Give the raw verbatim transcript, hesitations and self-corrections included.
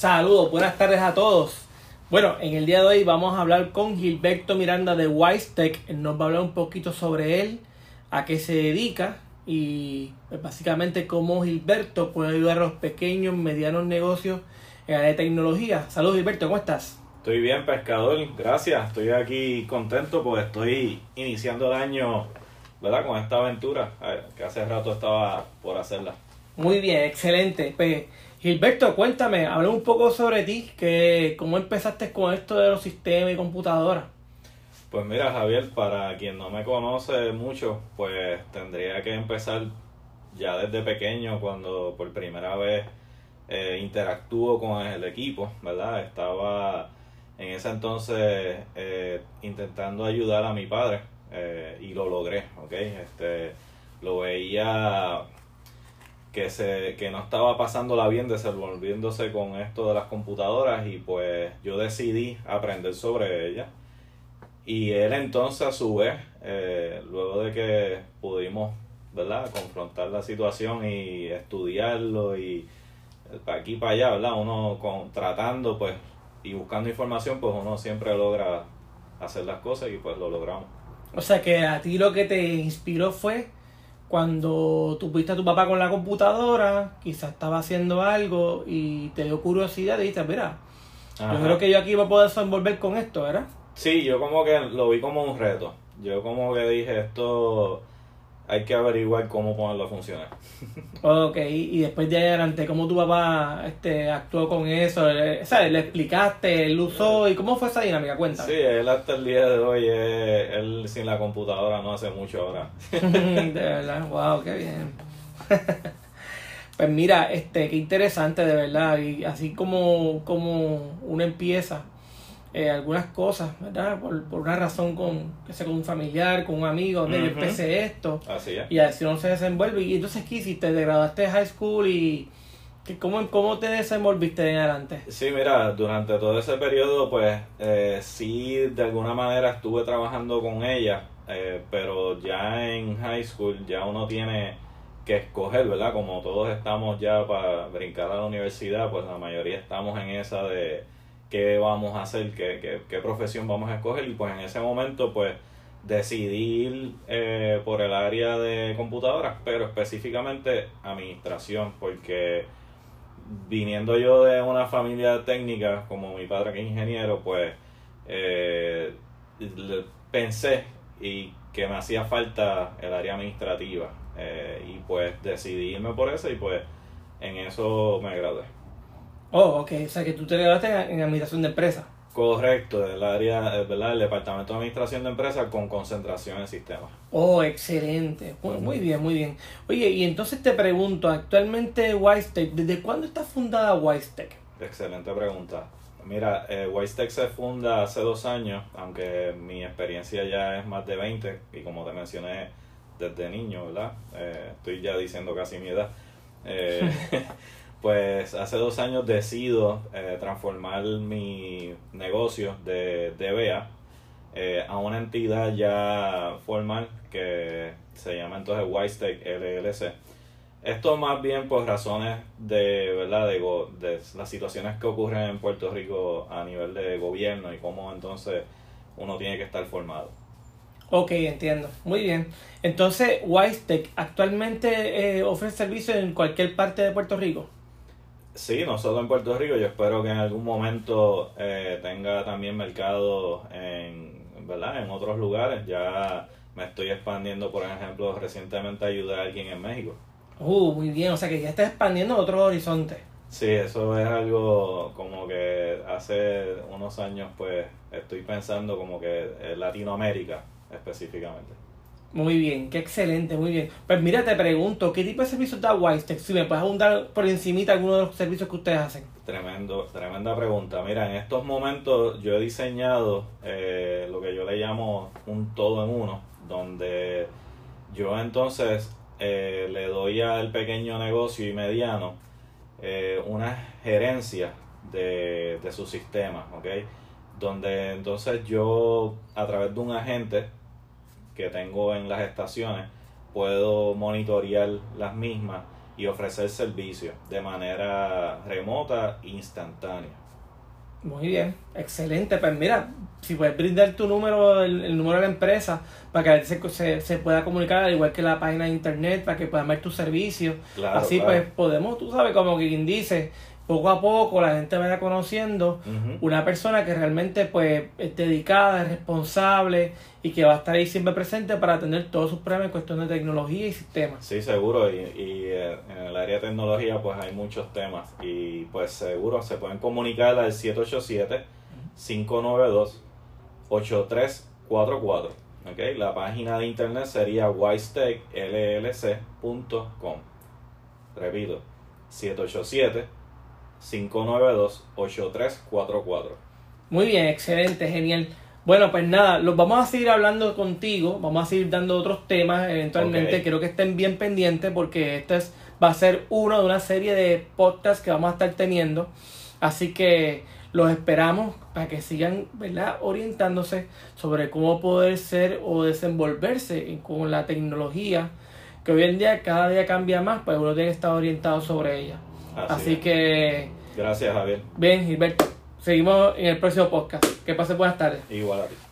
Saludos, buenas tardes a todos. Bueno, en el día de hoy vamos a hablar con Gilberto Miranda de WiseTech. Él nos va a hablar un poquito sobre él, a qué se dedica y pues, básicamente cómo Gilberto puede ayudar a los pequeños, medianos negocios en el área de tecnología. Saludos Gilberto, ¿cómo estás? Estoy bien, pescador, gracias. Estoy aquí contento porque estoy iniciando el año, ¿verdad? Con esta aventura que hace rato estaba por hacerla. Muy bien, excelente. Pues, Gilberto, cuéntame, habla un poco sobre ti, que cómo empezaste con esto de los sistemas y computadoras. Pues mira, Javier, para quien no me conoce mucho, pues tendría que empezar ya desde pequeño, cuando por primera vez eh, interactúo con el equipo, ¿verdad? Estaba en ese entonces eh, intentando ayudar a mi padre eh, y lo logré, ¿ok? Este, lo veía que se que no estaba pasándola bien desenvolviéndose con esto de las computadoras y pues yo decidí aprender sobre ella. Y él entonces a su vez, eh, luego de que pudimos, ¿verdad?, confrontar la situación y estudiarlo y para aquí para allá, ¿verdad?, uno con, tratando pues y buscando información, pues uno siempre logra hacer las cosas y pues lo logramos. O sea que a ti lo que te inspiró fue cuando tú viste a tu papá con la computadora, quizás estaba haciendo algo y te dio curiosidad y dijiste, mira, Ajá. yo creo que yo aquí voy a poder desenvolver con esto, ¿verdad? Sí, yo como que lo vi como un reto. Yo como que dije, esto hay que averiguar cómo ponerlo a funcionar. Ok, y después de ahí adelante, ¿cómo tu papá este, actuó con eso? ¿Sabes? ¿Le explicaste, él usó y cómo fue esa dinámica? Cuéntame. Sí, él hasta el día de hoy, es, él sin la computadora no hace mucho ahora. De verdad, wow, qué bien. Pues mira, este, qué interesante de verdad, y así como, como uno empieza eh, algunas cosas, ¿verdad? Por, por una razón con, que sea, con un familiar, con un amigo, donde uh-huh. yo empecé esto. Así es. Y así uno se desenvuelve. Y entonces, ¿qué hiciste? ¿Te graduaste de high school y cómo, cómo te desenvolviste en adelante? Sí, mira, durante todo ese periodo, pues, eh, sí, de alguna manera estuve trabajando con ella, eh, pero ya en high school ya uno tiene que escoger, ¿verdad? Como todos estamos ya para brincar a la universidad, pues la mayoría estamos en esa de qué vamos a hacer, qué, qué, qué profesión vamos a escoger, y pues en ese momento pues decidí ir eh, por el área de computadoras, pero específicamente administración, porque viniendo yo de una familia técnica, como mi padre que es ingeniero, pues eh, pensé y que me hacía falta el área administrativa, eh, y pues decidí irme por eso y pues en eso me gradué. Oh, ok, o sea que tú te graduaste en administración de empresas. Correcto, el área, ¿verdad?, el departamento de administración de empresas con concentración en sistemas. Oh, excelente, muy, muy bien, muy bien. Oye, y entonces te pregunto, actualmente WiseTech, ¿desde cuándo está fundada WiseTech? Excelente pregunta. Mira, eh, WiseTech se funda hace dos años, aunque mi experiencia ya es más de veinte, y como te mencioné, desde niño, ¿verdad? Eh, estoy ya diciendo casi mi edad. Eh, Pues hace dos años decido eh, transformar mi negocio de D B A eh, a una entidad ya formal que se llama entonces WiseTech L L C. Esto más bien por razones de, ¿verdad?, de, go- de las situaciones que ocurren en Puerto Rico a nivel de gobierno y cómo entonces uno tiene que estar formado. Ok, entiendo. Muy bien. Entonces, WiseTech actualmente eh, ofrece servicios en cualquier parte de Puerto Rico. Sí, no solo en Puerto Rico, yo espero que en algún momento eh, tenga también mercado en, ¿verdad?, en otros lugares. Ya me estoy expandiendo, por ejemplo, recientemente ayudé a alguien en México. Uh, muy bien, o sea que ya estás expandiendo a otros horizontes. Sí, eso es algo como que hace unos años pues estoy pensando como que en Latinoamérica específicamente. Muy bien, qué excelente, muy bien. Pues mira, te pregunto, ¿qué tipo de servicios da WiseTech? Si me puedes abundar por encimita algunos de los servicios que ustedes hacen. Tremendo, tremenda pregunta. Mira, en estos momentos yo he diseñado eh, lo que yo le llamo un todo en uno, donde yo entonces eh, le doy al pequeño negocio y mediano eh, una gerencia de, de su sistema, ¿ok? Donde entonces yo, a través de un agente que tengo en las estaciones, puedo monitorear las mismas y ofrecer servicios de manera remota e instantánea. Muy bien, excelente. Pues mira, si puedes brindar tu número, el, el número de la empresa, para que se, se, se pueda comunicar, al igual que la página de internet, para que puedan ver tus servicios. Claro, Así claro. pues podemos, tú sabes, como quien dice, poco a poco la gente vaya conociendo Uh-huh. una persona que realmente pues es dedicada, es responsable y que va a estar ahí siempre presente para atender todos sus problemas en cuestión de tecnología y sistemas. Sí, seguro, y, y eh, en el área de tecnología pues hay muchos temas y pues seguro se pueden comunicar al siete ocho siete, cinco nueve dos, ocho tres cuatro cuatro. ¿Okay? La página de internet sería wisetech l l c punto com. Repito, siete ocho siete, cinco nueve dos, ocho tres cuatro cuatro. Muy bien, excelente, genial. Bueno, pues nada, los vamos a seguir hablando contigo, vamos a seguir dando otros temas eventualmente. Ok. Quiero que estén bien pendientes porque este es, va a ser uno de una serie de podcasts que vamos a estar teniendo. Así que los esperamos para que sigan, ¿verdad?, orientándose sobre cómo poder ser o desenvolverse en- con la tecnología, que hoy en día cada día cambia más, pues uno tiene que estar orientado sobre ella. Así Así es. que, Gracias, Javier. bien, Gilberto, seguimos en el próximo podcast. Que pase buenas tardes. Igual a ti.